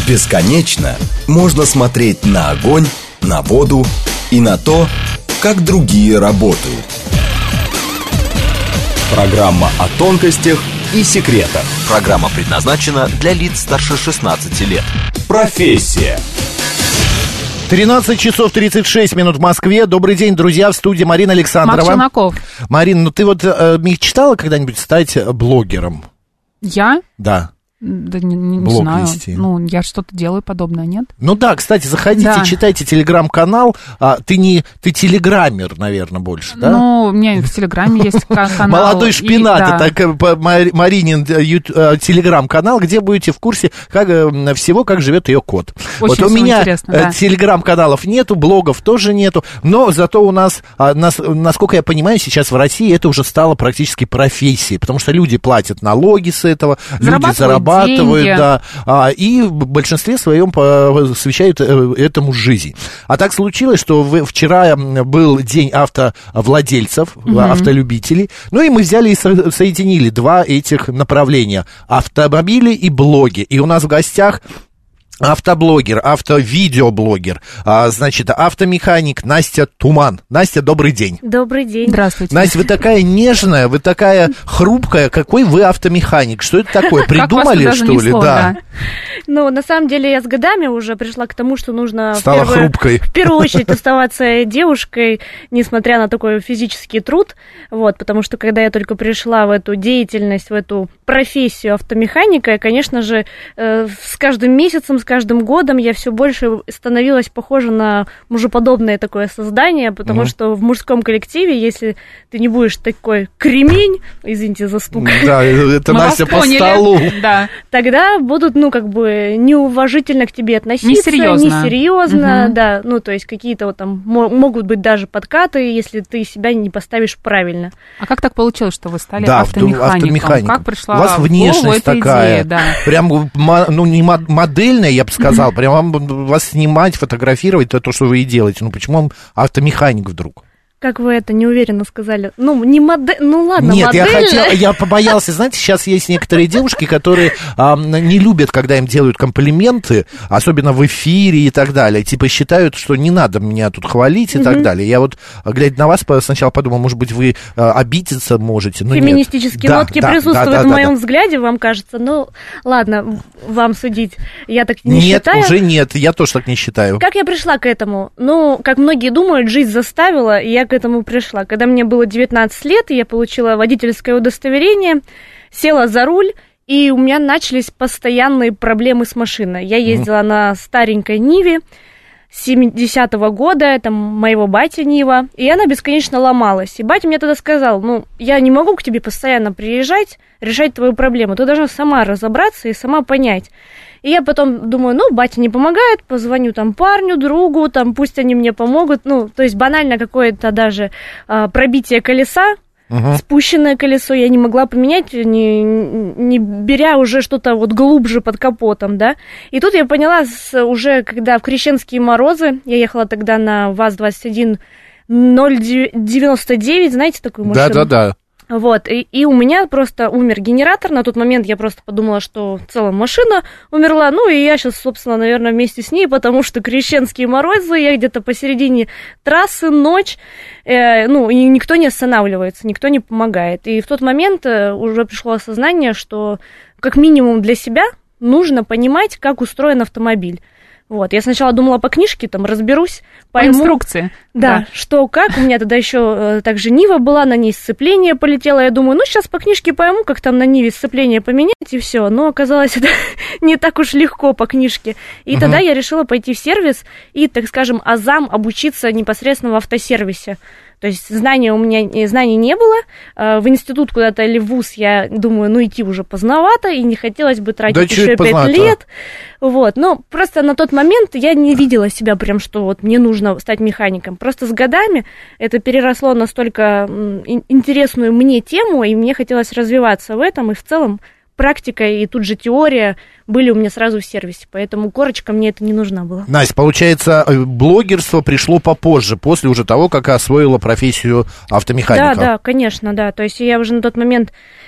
Бесконечно можно смотреть на огонь, на воду и на то, как другие работают. Программа о тонкостях и секретах. Программа предназначена для лиц старше 16 лет. Профессия. 13 часов 36 минут в Москве. Добрый день, друзья, в студии Марина Александрова. Марк Челноков. Марина, ну ты вот мечтала когда-нибудь стать блогером? Я? Да. Да не Блог знаю. вести. Ну, я что-то делаю подобное, нет? Ну да, кстати, заходите, Да. читайте телеграм-канал. Ты телеграммер, наверное, больше, да? Ну, у меня в Телеграме есть канал. Молодой шпинат, да. это Маринин телеграм-канал, где будете в курсе всего, как живет ее кот. Очень вот у меня интересно, да. телеграм-каналов нету, блогов тоже нету, но зато у нас, насколько я понимаю, сейчас в России это уже стало практически профессией, потому что люди платят налоги с этого, люди зарабатывают, деньги. да, и в большинстве своем посвящают этому жизнь. А так случилось, что вчера был день автовладельцев, автолюбителей, ну и мы взяли и соединили два этих направления: автомобили и блоги. И у нас в гостях автоблогер, автовидеоблогер, значит, автомеханик Настя Туман. Настя, добрый день. Добрый день. Здравствуйте. Настя, вы такая нежная, вы такая хрупкая. Какой вы автомеханик? Что это такое? Придумали, что ли? Да. Ну, на самом деле, я с годами уже пришла к тому, что нужно Стала хрупкой. в первую очередь оставаться девушкой, несмотря на такой физический труд. Вот, потому что, когда я только пришла в эту деятельность, в эту профессию автомеханика, конечно же, с каждым месяцем, с каждым годом я все больше становилась похожа на мужеподобное такое создание, потому что в мужском коллективе, если ты не будешь такой кремень, извините за стук, Да, это Мы Настя вас по поняли. столу. Да. тогда будут, ну, как бы, неуважительно к тебе относиться. Несерьезно. Несерьезно, да. Ну, то есть какие-то вот там могут быть даже подкаты, если ты себя не поставишь правильно. А как так получилось, что вы стали Да, автомехаником? Как пришла У вас в голову внешность эта такая, идея? Да. прям, ну, не модельная, я бы сказал, прям вас снимать, фотографировать, то, что вы и делаете. Ну, почему он автомеханик вдруг? Как вы это неуверенно сказали? Ну, не модель, ну ладно, Нет, модельная. я побоялся, знаете, сейчас есть некоторые девушки, которые не любят, когда им делают комплименты, особенно в эфире и так далее, типа считают, что не надо меня тут хвалить и так далее. Я вот, глядя на вас, сначала подумал, может быть, вы обидеться можете, но Феминистические нет. нотки присутствуют в моем взгляде, вам кажется. Ну, ладно, вам судить. Я так не считаю. Нет, уже нет, я тоже так не считаю. Как я пришла к этому? Ну, как многие думают, жизнь заставила, и я к этому пришла. Когда мне было 19 лет, я получила водительское удостоверение, села за руль, и у меня начались постоянные проблемы с машиной. Я ездила на старенькой Ниве 70-го года, это моего батя Нива, и она бесконечно ломалась. И батя мне тогда сказал: ну, я не могу к тебе постоянно приезжать, решать твою проблему, ты должна сама разобраться и сама понять. И я потом думаю, ну, батя не помогает, позвоню там парню, другу, там пусть они мне помогут. Ну, то есть банально какое-то даже пробитие колеса, спущенное колесо я не могла поменять, не беря уже что-то вот глубже под капотом, да. И тут я поняла, уже когда в крещенские морозы, я ехала тогда на ВАЗ-21-099, знаете такую машину? Да-да-да. Вот, и у меня просто умер генератор. На тот момент я просто подумала, что в целом машина умерла. Ну, и я сейчас, собственно, наверное, вместе с ней, потому что крещенские морозы, я где-то посередине трассы, ночь, ну, и никто не останавливается, никто не помогает. И в тот момент уже пришло осознание, что как минимум для себя нужно понимать, как устроен автомобиль. Вот, я сначала думала по книжке, там, разберусь, По инструкции. Да, что как, у меня тогда еще также Нива была, на ней сцепление полетело, я думаю, ну, сейчас по книжке пойму, как там на Ниве сцепление поменять, и все, но оказалось, это не так уж легко по книжке, и тогда я решила пойти в сервис и, так скажем, азам обучиться непосредственно в автосервисе. То есть знаний не было, в институт куда-то или в вуз, я думаю, ну идти уже поздновато, и не хотелось бы тратить еще 5 лет. Вот. Но просто на тот момент я не видела себя прям, что вот мне нужно стать механиком. Просто с годами это переросло настолько интересную мне тему, и мне хотелось развиваться в этом, и в целом практика и тут же теория были у меня сразу в сервисе, поэтому корочка мне это не нужна была. Настя, получается, блогерство пришло попозже, после уже того, как освоила профессию автомеханика. Да, конечно, да. То есть я уже на тот момент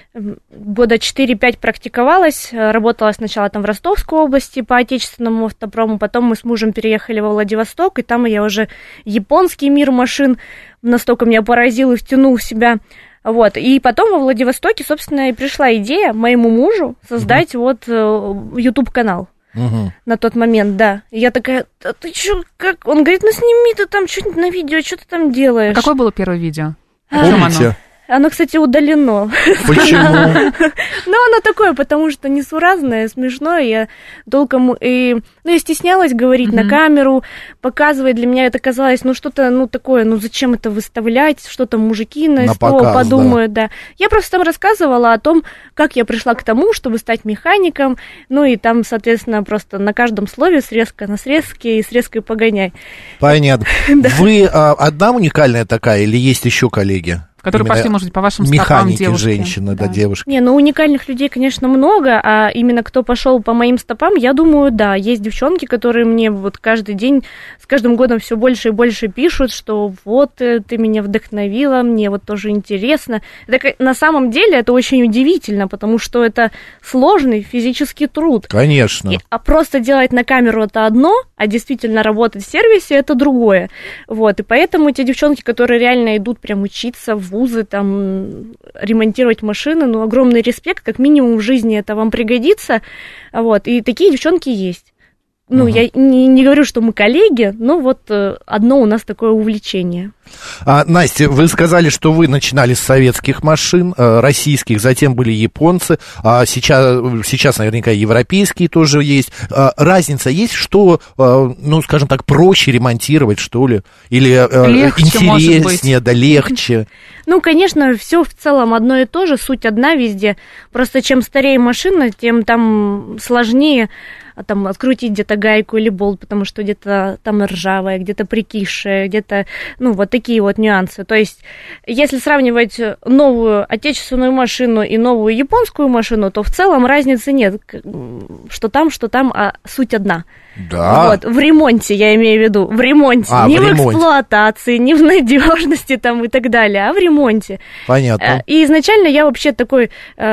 года 4-5 практиковалась, работала сначала там в Ростовской области по отечественному автопрому, потом мы с мужем переехали во Владивосток, и там я уже японский мир машин настолько меня поразил и втянул в себя. Вот, и потом во Владивостоке, собственно, и пришла идея моему мужу создать YouTube-канал. На тот момент, да. И я такая, а ты чё, как? Он говорит, сними ты там что-нибудь на видео, что ты там делаешь? А какое было первое видео? Помните? Оно, кстати, удалено. Почему? Оно такое, потому что несуразное, смешное. Я толком... я стеснялась говорить на камеру, показывать. Для меня это казалось, что-то, такое, зачем это выставлять, что там мужики на СТО подумают, да. Я просто там рассказывала о том, как я пришла к тому, чтобы стать механиком, и там, соответственно, просто на каждом слове срезка на срезке и срезкой погоняй. Понятно. Вы одна уникальная такая или есть еще коллеги? Которые пошли, может быть, по вашим стопам, девушки. Механики, женщины, да, девушки. Не, уникальных людей, конечно, много, а именно кто пошел по моим стопам, я думаю, да, есть девчонки, которые мне каждый день, с каждым годом все больше и больше пишут, что ты меня вдохновила, мне тоже интересно. На самом деле это очень удивительно, потому что это сложный физический труд. Конечно. А просто делать на камеру это одно, а действительно работать в сервисе это другое. И поэтому те девчонки, которые реально идут прям учиться в вузы, там, ремонтировать машины, огромный респект, как минимум в жизни это вам пригодится, и такие девчонки есть. Я не говорю, что мы коллеги, но одно у нас такое увлечение. Настя, вы сказали, что вы начинали с советских машин, российских, затем были японцы, а сейчас наверняка европейские тоже есть. Разница есть, что, скажем так, проще ремонтировать, что ли? Или легче, интереснее, да, легче? Конечно, все в целом одно и то же, суть одна везде. Просто чем старее машина, тем там сложнее открутить где-то гайку или болт, потому что где-то там ржавая, где-то прикисшая, где-то, такие нюансы. То есть, если сравнивать новую отечественную машину и новую японскую машину, то в целом разницы нет. Что там, а суть одна. Да. В ремонте, я имею в виду, в ремонте. Не в эксплуатации, не в надежности и так далее, а в ремонте. Понятно. И изначально я вообще такой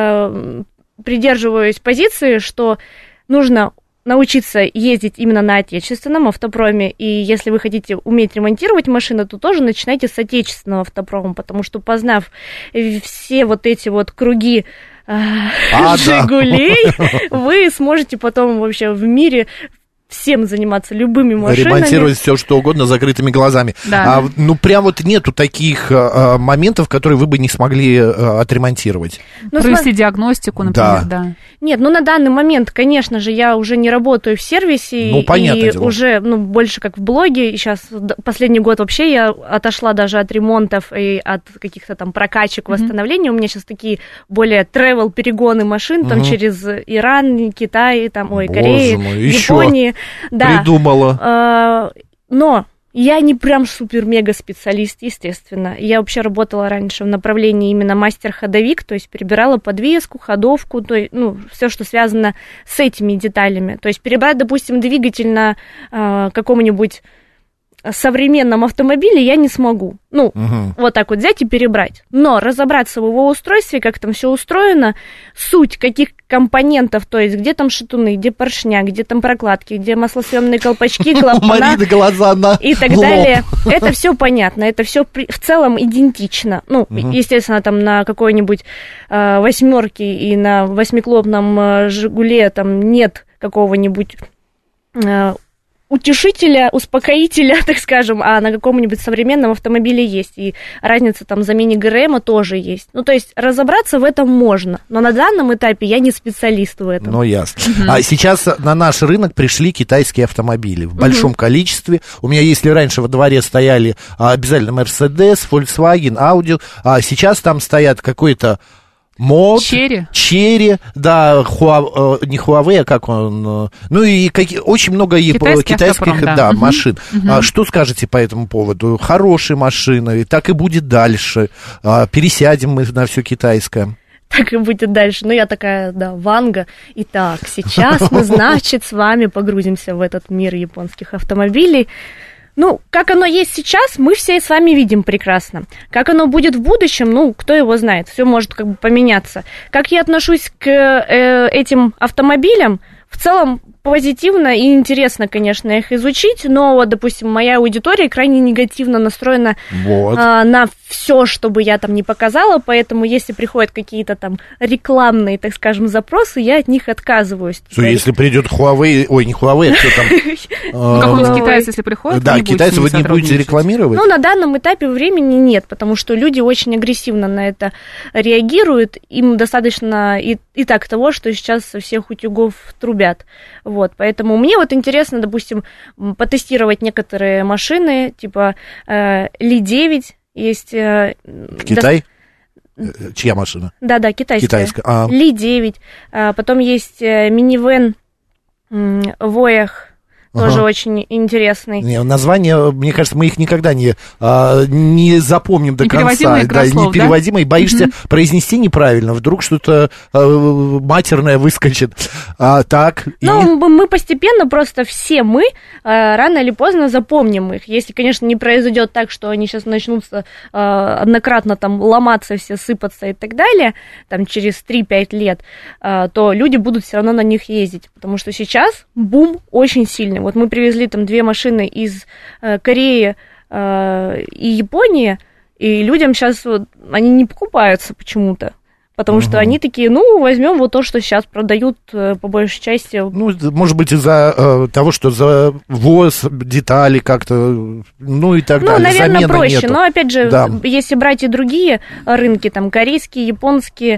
придерживаюсь позиции, что нужно научиться ездить именно на отечественном автопроме, и если вы хотите уметь ремонтировать машину, то тоже начинайте с отечественного автопрома, потому что, познав все эти круги «Жигулей», вы сможете потом вообще в мире всем заниматься любыми машинами. Ремонтировать все, что угодно, закрытыми глазами. Да. Прям нету таких моментов, которые вы бы не смогли отремонтировать. Провести диагностику, например, да. Нет, на данный момент, конечно же, я уже не работаю в сервисе, и уже, больше как в блоге. И сейчас, последний год вообще я отошла даже от ремонтов и от каких-то там прокачек, восстановлений. У меня сейчас такие более travel-перегоны машин, там через Иран, Китай, Корею, Японию. Да. Придумала. Но я не прям супер-мега-специалист, естественно. Я вообще работала раньше в направлении именно мастер-ходовик, то есть перебирала подвеску, ходовку, все, что связано с этими деталями. То есть перебрать, допустим, двигатель на каком-нибудь современном автомобиле я не смогу. Вот так взять и перебрать. Но разобраться в его устройстве, как там все устроено, суть каких компонентов, то есть где там шатуны, где поршня, где там прокладки, где маслосъемные колпачки, клапана и так далее. Это все понятно, это все в целом идентично. Естественно, там на какой-нибудь восьмерке и на восьмиклопном Жигуле там нет какого-нибудь утешителя, успокоителя, так скажем, а на каком-нибудь современном автомобиле есть. И разница там в замене ГРМа тоже есть. То есть разобраться в этом можно. Но на данном этапе я не специалист в этом. Ясно. А сейчас на наш рынок пришли китайские автомобили в большом количестве. У меня, если раньше во дворе стояли обязательно Mercedes, Volkswagen, Audi, а сейчас там стоят какой-то Черри, да, не Huawei, а как он, и очень много китайских машин. Что скажете по этому поводу? Хорошие машины, и так и будет дальше. Пересядем мы на все китайское. так и будет дальше. Но я такая, да, Ванга. Итак, сейчас мы, значит, с вами погрузимся в этот мир японских автомобилей. Ну, как оно есть сейчас, мы все с вами видим прекрасно. Как оно будет в будущем, ну, кто его знает, все может как бы поменяться. Как я отношусь к этим автомобилям, в целом позитивно и интересно, конечно, их изучить, но вот, допустим, моя аудитория крайне негативно настроена на все, что бы я там не показала, поэтому если приходят какие-то там рекламные, так скажем, запросы, я от них отказываюсь. Что, если придет Huawei, ой, не Huawei, а кто там? Какой-нибудь китаец, если приходит, да, китайцы вы не будете рекламировать? Ну, на данном этапе времени нет, потому что люди очень агрессивно на это реагируют, им достаточно и так того, что сейчас со всех утюгов трубят. Вот, поэтому мне вот интересно, допустим, потестировать некоторые машины, типа Ли-9, есть... Китай? Чья машина? Да, китайская. Ли-9, потом есть минивэн Воях, тоже очень интересный. Не, названия, мне кажется, мы их никогда не запомним до конца. Непереводимые, боишься произнести неправильно, вдруг что-то матерное выскочит. Так. Ну, мы постепенно просто все мы рано или поздно запомним их. Если, конечно, не произойдет так, что они сейчас начнутся однократно там ломаться, все сыпаться и так далее, там через 3-5 лет, то люди будут все равно на них ездить. Потому что сейчас бум очень сильный. Вот мы привезли там 2 машины из Кореи и Японии, и людям сейчас вот, они не покупаются почему-то. Потому что они такие, ну, возьмем вот то, что сейчас продают по большей части. Ну, может быть, из-за того, что завоз деталей как-то, ну и так далее. Ну, наверное, проще. Нету. Но, опять же, если брать и другие рынки, там, корейские, японские,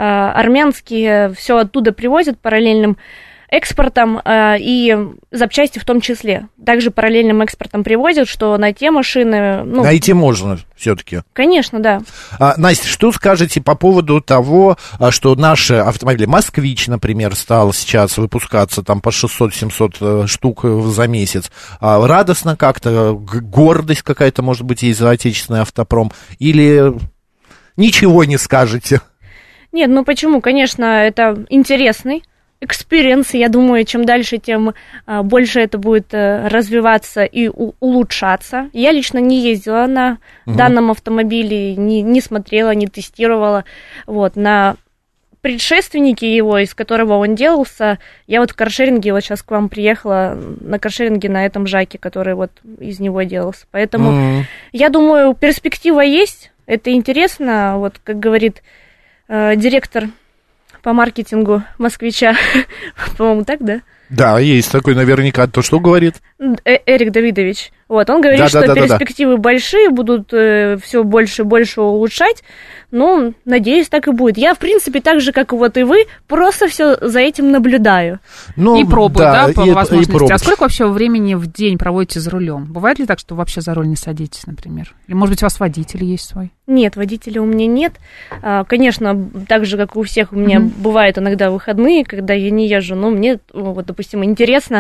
армянские, все оттуда привозят параллельным экспортом и запчасти в том числе. Также параллельным экспортом привозят, что на те машины... Ну, найти можно все-таки. Конечно, да. Настя, что скажете по поводу того, что наши автомобили, «Москвич», например, стал сейчас выпускаться там по 600-700 штук за месяц. Радостно как-то, гордость какая-то, может быть, есть за отечественный автопром? Или ничего не скажете? Нет, ну почему? Конечно, это интересный экспириенс, я думаю, чем дальше, тем больше это будет развиваться и улучшаться. Я лично не ездила на данном автомобиле, не смотрела, не тестировала. Вот, на предшественнике его, из которого он делался, я вот в каршеринге, вот сейчас к вам приехала на каршеринге на этом Жаке, который вот из него делался. Поэтому я думаю, перспектива есть, это интересно. Вот, как говорит директор по маркетингу «Москвича», по-моему, так, да? Да, есть такой наверняка. То что говорит? Эрик Давидович. Вот, он говорит, что перспективы большие, будут все больше и больше улучшать. Ну, надеюсь, так и будет. Я, в принципе, так же, как и вот и вы, просто все за этим наблюдаю. Ну, и пробую, да, по возможности. А сколько вообще времени в день проводите за рулем? Бывает ли так, что вообще за руль не садитесь, например? Или, может быть, у вас водитель есть свой? Нет, водителя у меня нет. Конечно, так же, как и у всех, у меня бывают иногда выходные, когда я не езжу. Но мне, вот, допустим, интересно,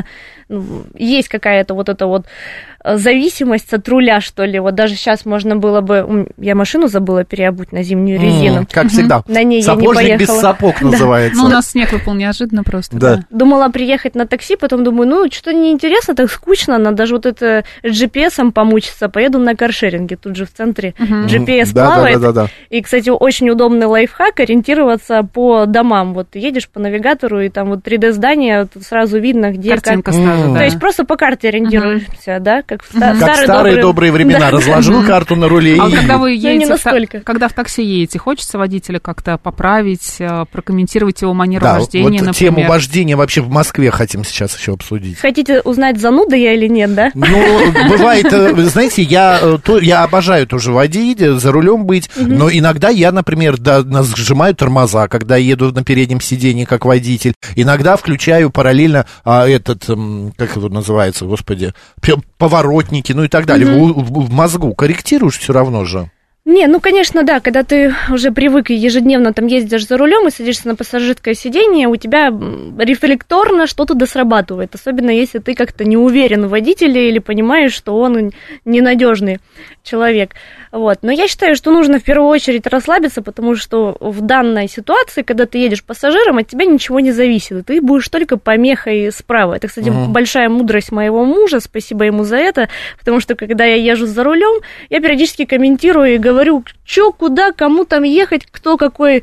есть какая-то вот эта вот зависимость от руля, что ли. Вот даже сейчас можно было бы... Я машину забыла переобуть на зимнюю резину. Как всегда. На ней сапожник я не поехала. Без сапог называется. Ну, у нас снег выпал неожиданно просто. Да. Думала приехать на такси, потом думаю, ну, что-то неинтересно, так скучно, надо даже вот это GPS-ом помучиться. Поеду на каршеринге, тут же в центре GPS плавает. Да. И, кстати, очень удобный лайфхак — ориентироваться по домам. Вот ты едешь по навигатору, и там вот 3D-здание, сразу видно, где... Картинка сразу, да. То есть просто по карте ориентируешься, да, как в старые добрые времена. Разложил карту на руле. А когда вы едете, когда в такси едете, хочется водителя как-то поправить, прокомментировать его манеру вождения, вот например? Тему вождения вообще в Москве хотим сейчас еще обсудить. Хотите узнать, зануда я или нет, да? Ну, бывает, знаете, я обожаю тоже водить, за рулем быть, но иногда я, например, сжимаю тормоза, когда еду на переднем сиденье как водитель. Иногда включаю параллельно как это называется, господи, поворотники, ну и так далее. В мозгу корректируешь все равно же. Не, ну, конечно, да, когда ты уже привык и ежедневно там ездишь за рулем и садишься на пассажирское сиденье, у тебя рефлекторно что-то досрабатывает, особенно если ты как-то не уверен в водителе или понимаешь, что он ненадежный человек. Вот. Но я считаю, что нужно в первую очередь расслабиться, потому что в данной ситуации, когда ты едешь пассажиром, от тебя ничего не зависит, и ты будешь только помехой справа. Это, кстати, большая мудрость моего мужа, спасибо ему за это, потому что когда я езжу за рулем, я периодически комментирую и говорю, что, куда, кому там ехать, кто какой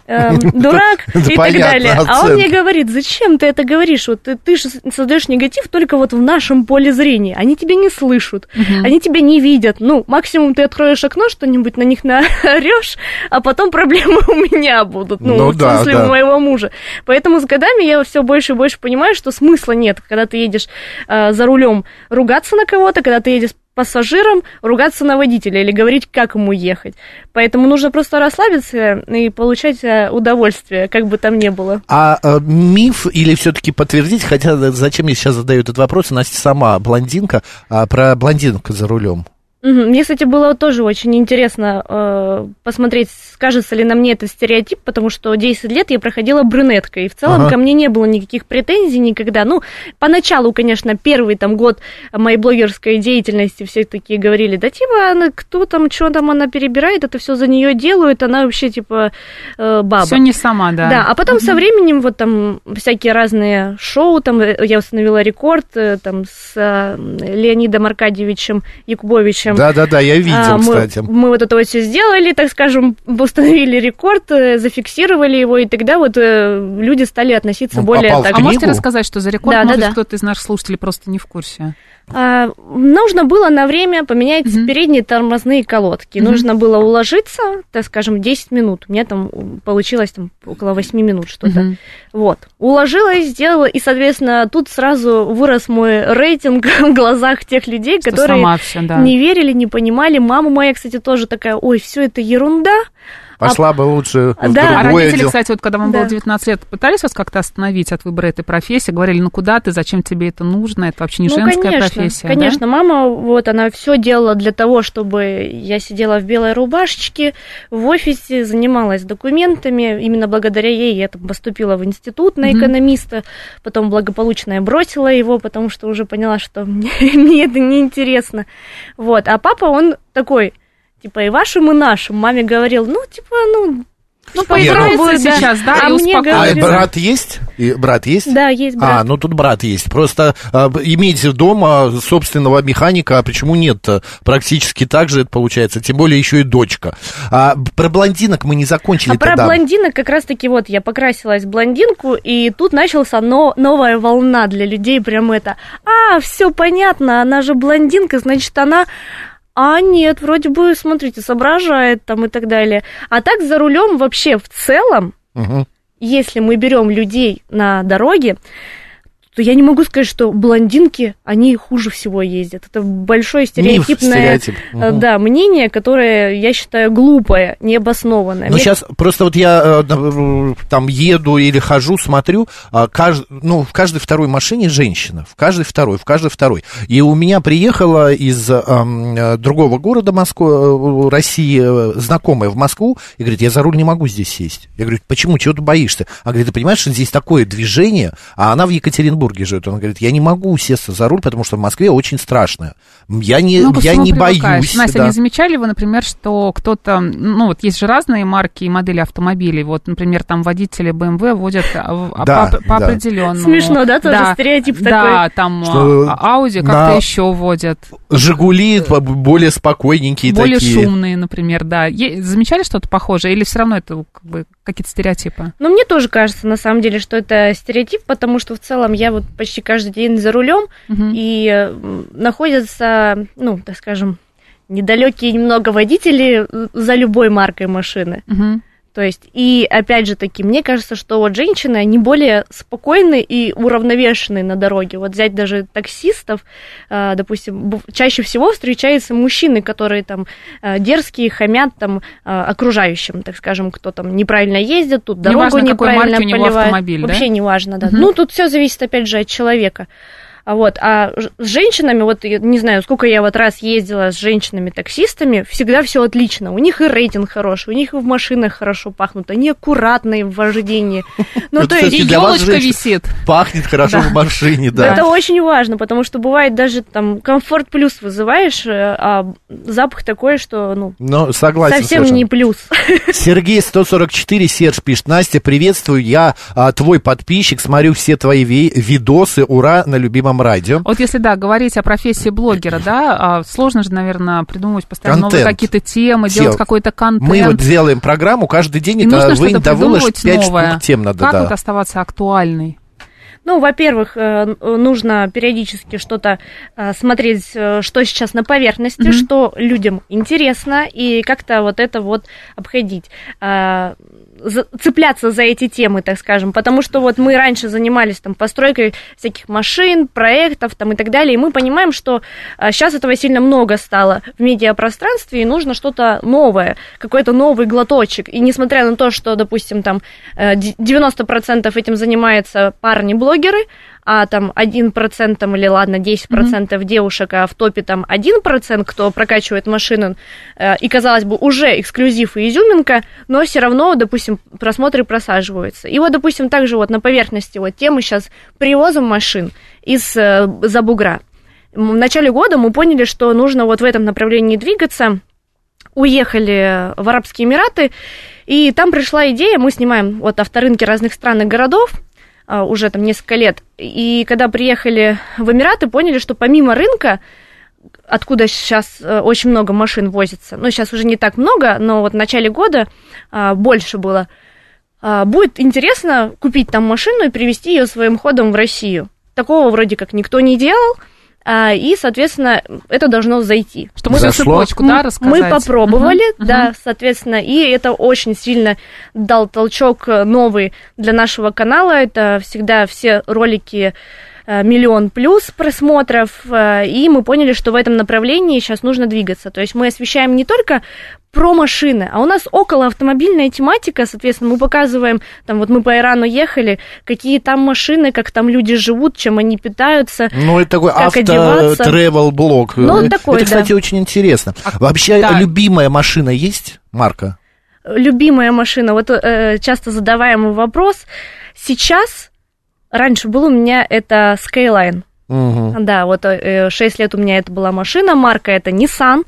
дурак и так далее. А он мне говорит, зачем ты это говоришь? Вот ты же создаешь негатив только вот в нашем поле зрения. Они тебя не слышат, они тебя не видят. Ну, максимум ты откроешь окно, что-нибудь на них наорешь, а потом проблемы у меня будут. Ну, в смысле, у моего мужа. Поэтому с годами я все больше и больше понимаю, что смысла нет, когда ты едешь за рулем ругаться на кого-то, когда ты едешь пассажирам, ругаться на водителя или говорить, как ему ехать. Поэтому нужно просто расслабиться и получать удовольствие, как бы там ни было. А миф или все-таки подтвердить, хотя зачем я сейчас задаю этот вопрос, Настя сама блондинка, про блондинку за рулем. Мне, кстати, было тоже очень интересно посмотреть, скажется ли на мне этот стереотип, потому что 10 лет я проходила брюнеткой, и в целом ко мне не было никаких претензий никогда. Ну, поначалу, конечно, первый там год моей блогерской деятельности все такие говорили, да типа, она, кто там, что там она перебирает, это все за нее делают, она вообще типа баба. Все не сама, да. Да, а потом со временем вот там всякие разные шоу, там я установила рекорд там с Леонидом Аркадьевичем Якубовичем. Да, я видел, кстати. Мы вот это вот все сделали, так скажем, установили рекорд, зафиксировали его, и тогда вот люди стали относиться более так. А можете рассказать, что за рекорд? Может, кто-то из наших слушателей просто не в курсе? Нужно было на время поменять передние тормозные колодки. Нужно было уложиться, так скажем, 10 минут. У меня там получилось там, около 8 минут что-то. Вот. Уложилась, сделала, и, соответственно, тут сразу вырос мой рейтинг в глазах тех людей, что которые не верили, не понимали. Мама моя, кстати, тоже такая, ой, все это ерунда. Пошла бы лучше в другое. А родители, кстати, вот когда вам было 19 лет, пытались вас как-то остановить от выбора этой профессии? Говорили, ну куда ты, зачем тебе это нужно? Это вообще не женская профессия. Конечно, мама, вот она все делала для того, чтобы я сидела в белой рубашечке, в офисе, занималась документами. Именно благодаря ей я там поступила в институт на экономиста, потом благополучно я бросила его, потому что уже поняла, что мне это неинтересно. Вот. А папа, он такой... Типа и вашим, и нашим. Маме говорил, поиграется сейчас, да, и успокоится. А брат есть? Брат есть? Да, есть брат. Ну тут брат есть. Просто иметь дома собственного механика, а почему нет? Практически так же это получается, тем более еще и дочка. Про блондинок мы не закончили тогда. Про блондинок как раз-таки вот я покрасилась в блондинку, и тут началась новая волна для людей, прям это, все понятно, она же блондинка, значит, она... нет, вроде бы, смотрите, соображает там и так далее. А так за рулем вообще в целом, если мы берем людей на дороге, то я не могу сказать, что блондинки, они хуже всего ездят. Это большое стереотипное мнение, которое, я считаю, глупое, необоснованное. Ну, сейчас просто вот я там еду или хожу, смотрю, в каждой второй машине женщина, в каждой второй. И у меня приехала из другого города России знакомая в Москву и говорит, я за руль не могу здесь сесть. Я говорю, почему, чего ты боишься? Она говорит, ты понимаешь, что здесь такое движение, а она в Екатеринбурге живет. Он говорит, я не могу сесть за руль, потому что в Москве очень страшно. Я не боюсь. Настя, не замечали вы, например, что кто-то, вот есть же разные марки и модели автомобилей, вот, например, там водители BMW водят по определенному. Смешно, да, тоже стереотип такой? Да, там Audi как-то еще водят. Жигули более спокойненькие более такие. Более шумные, например, да. Замечали что-то похожее или все равно это как бы какие-то стереотипы? Мне тоже кажется, на самом деле, что это стереотип, потому что в целом я вот почти каждый день за рулем, и находятся, так скажем, недалекие немного водители за любой маркой машины. То есть, и опять же таки, мне кажется, что вот женщины, они более спокойны и уравновешенные на дороге. Вот взять даже таксистов, допустим, чаще всего встречаются мужчины, которые там дерзкие, хамят там окружающим, так скажем, кто там неправильно ездит, тут дорогу неправильно поливает. Автомобиль, вообще не важно, да. Тут все зависит, опять же, от человека. Вот. А с женщинами, вот не знаю, сколько я вот раз ездила с женщинами-таксистами, всегда все отлично. У них и рейтинг хороший, у них и в машинах хорошо пахнут, они аккуратные в вождении. Ну, то есть елочка висит. Пахнет хорошо в машине, да. Это очень важно, потому что бывает даже там комфорт плюс вызываешь, а запах такой, что, согласен, совсем совершенно. Не плюс. Сергей 144, Серж пишет: Настя, приветствую, я твой подписчик, смотрю все твои видосы, ура, на любимом радио. Вот если, говорить о профессии блогера, сложно же, наверное, придумывать постоянно новые какие-то темы, делать какой-то контент. Мы вот делаем программу, каждый день это выложить 5 штук тем надо. Как вот оставаться актуальной? Во-первых, нужно периодически что-то смотреть, что сейчас на поверхности, что людям интересно, и как-то вот это вот обходить. Цепляться за эти темы, так скажем, потому что вот мы раньше занимались там постройкой всяких машин, проектов там и так далее, и мы понимаем, что сейчас этого сильно много стало в медиапространстве, и нужно что-то новое, какой-то новый глоточек. И несмотря на то, что, допустим, там 90% этим занимаются парни-блогеры, а там 1% там, или, ладно, 10% девушек, а в топе там 1%, кто прокачивает машины, и, казалось бы, уже эксклюзив и изюминка, но все равно, допустим, просмотры просаживаются. И вот, допустим, также вот на поверхности вот темы сейчас привозом машин из-за бугра. В начале года мы поняли, что нужно вот в этом направлении двигаться, уехали в Арабские Эмираты, и там пришла идея, мы снимаем вот авторынки разных стран и городов, уже там несколько лет, и когда приехали в Эмираты, поняли, что помимо рынка, откуда сейчас очень много машин возится, сейчас уже не так много, но вот в начале года больше было, будет интересно купить там машину и привезти ее своим ходом в Россию. Такого вроде как никто не делал, и, соответственно, это должно зайти. Что можно цепочку, рассказать. Мы попробовали, соответственно, и это очень сильно дал толчок новый для нашего канала. Это всегда все ролики 1 миллион плюс просмотров, и мы поняли, что в этом направлении сейчас нужно двигаться. То есть мы освещаем не только про машины, а у нас около автомобильная тематика, соответственно, мы показываем, там вот мы по Ирану ехали, какие там машины, как там люди живут, чем они питаются, это такой авто-тревел-блог. Это, кстати, очень интересно. Вообще, любимая машина есть, марка? Любимая машина, вот часто задаваемый вопрос. Сейчас, раньше был у меня это Skyline. Да, вот 6 лет у меня это была машина, марка это Nissan,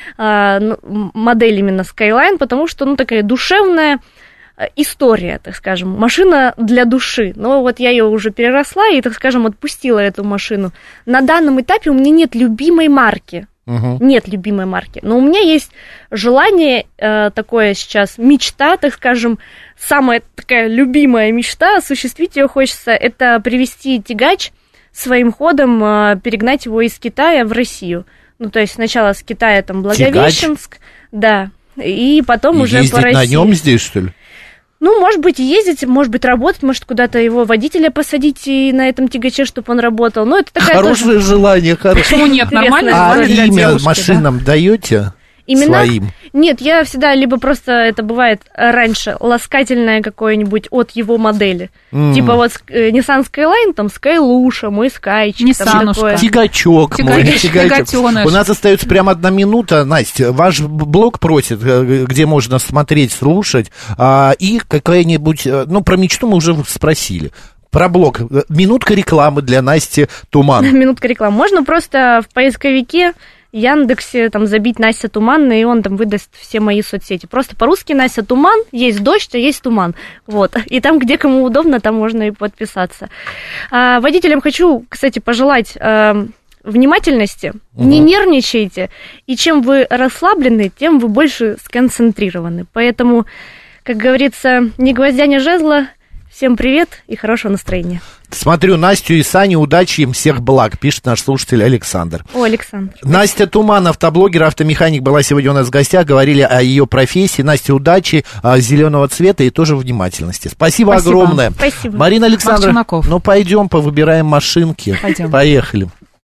модель именно Skyline, потому что, такая душевная история, так скажем, машина для души. Но вот я ее уже переросла и, так скажем, отпустила эту машину. На данном этапе у меня нет любимой марки. Нет любимой марки. Но у меня есть желание такое сейчас, мечта, так скажем, самая такая любимая мечта, осуществить ее хочется, это привезти тягач своим ходом, перегнать его из Китая в Россию. То есть сначала с Китая там Благовещенск, да, и потом уже по России. Ездить на нем здесь, что ли? Может быть, ездить, может быть, работать, может, куда-то его водителя посадить и на этом тягаче, чтобы он работал. Это такая хорошее желание, Почему нет? Нормально. А имя машинам даете? Именно? Своим? Нет, я всегда либо просто, это бывает раньше, ласкательное какое-нибудь от его модели. Типа вот Nissan Skyline, там Skylusha, мой Скайчик. Тягачок. У нас остается прямо 1 минута. Настя, ваш блог просит, где можно смотреть, слушать, и какая-нибудь, про мечту мы уже спросили. Про блог. Минутка рекламы для Насти Туман. Минутка рекламы. Можно просто в поисковике Яндексе там забить Настя Туманная, и он там выдаст все мои соцсети. Просто по-русски Настя Туман, есть дождь, а есть туман. Вот. И там, где кому удобно, там можно и подписаться. Водителям хочу, кстати, пожелать внимательности, не нервничайте, и чем вы расслаблены, тем вы больше сконцентрированы. Поэтому, как говорится, ни гвоздя, ни жезла. Всем привет и хорошего настроения. Смотрю Настю и Саню, удачи им, всех благ, пишет наш слушатель Александр. Александр. Настя Туман, автоблогер, автомеханик, была сегодня у нас в гостях, говорили о ее профессии. Настя, удачи, зеленого цвета и тоже внимательности. Спасибо огромное. Спасибо. Марина Александровна, пойдем повыбираем машинки. Пойдем. Поехали.